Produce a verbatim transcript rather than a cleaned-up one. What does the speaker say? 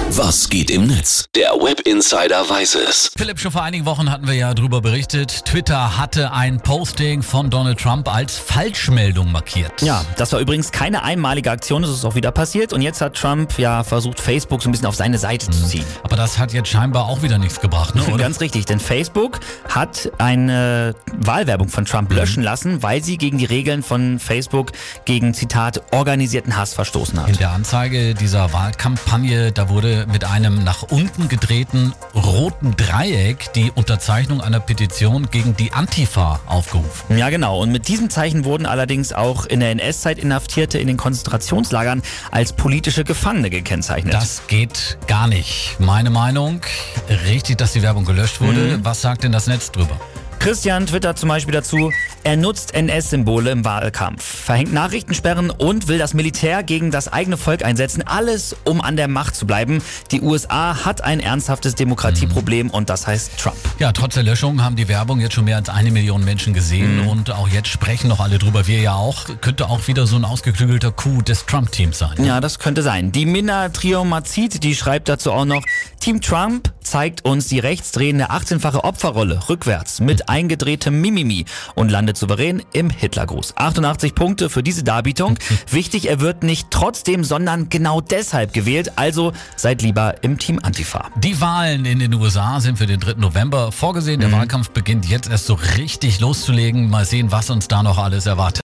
Was geht im Netz? Der Web Insider weiß es. Philipp, schon vor einigen Wochen hatten wir ja darüber berichtet. Twitter hatte ein Posting von Donald Trump als Falschmeldung markiert. Ja, das war übrigens keine einmalige Aktion, das ist auch wieder passiert. Und jetzt hat Trump ja versucht, Facebook so ein bisschen auf seine Seite zu ziehen. Aber das hat jetzt scheinbar auch wieder nichts gebracht, ne? Oder? Ganz richtig, denn Facebook hat eine Wahlwerbung von Trump löschen lassen, weil sie gegen die Regeln von Facebook gegen, Zitat, organisierten Hass verstoßen hat. In der Anzeige dieser Wahlkampagne, da wurde mit einem nach unten gedrehten roten Dreieck die Unterzeichnung einer Petition gegen die Antifa aufgerufen. Ja, genau. Und mit diesem Zeichen wurden allerdings auch in der N S-Zeit Inhaftierte in den Konzentrationslagern als politische Gefangene gekennzeichnet. Das geht gar nicht. Meine Meinung, richtig, dass die Werbung gelöscht wurde. Mhm. Was sagt denn das Netz drüber? Christian twittert zum Beispiel dazu, er nutzt N S-Symbole im Wahlkampf, verhängt Nachrichtensperren und will das Militär gegen das eigene Volk einsetzen. Alles, um an der Macht zu bleiben. Die U S A hat ein ernsthaftes Demokratieproblem mhm. und das heißt Trump. Ja, trotz der Löschung haben die Werbung jetzt schon mehr als eine Million Menschen gesehen mhm. und auch jetzt sprechen noch alle drüber. Wir ja auch. Könnte auch wieder so ein ausgeklügelter Coup des Trump-Teams sein. Ja, das könnte sein. Die Minna Triomazid, die schreibt dazu auch noch, Team Trump zeigt uns die rechtsdrehende achtzehnfache Opferrolle rückwärts mit eingedrehtem Mimimi und landet souverän im Hitlergruß. achtundachtzig Punkte für diese Darbietung. Wichtig, er wird nicht trotzdem, sondern genau deshalb gewählt. Also seid lieber im Team Antifa. Die Wahlen in den U S A sind für den dritten November vorgesehen. Der mhm. Wahlkampf beginnt jetzt erst so richtig loszulegen. Mal sehen, was uns da noch alles erwartet.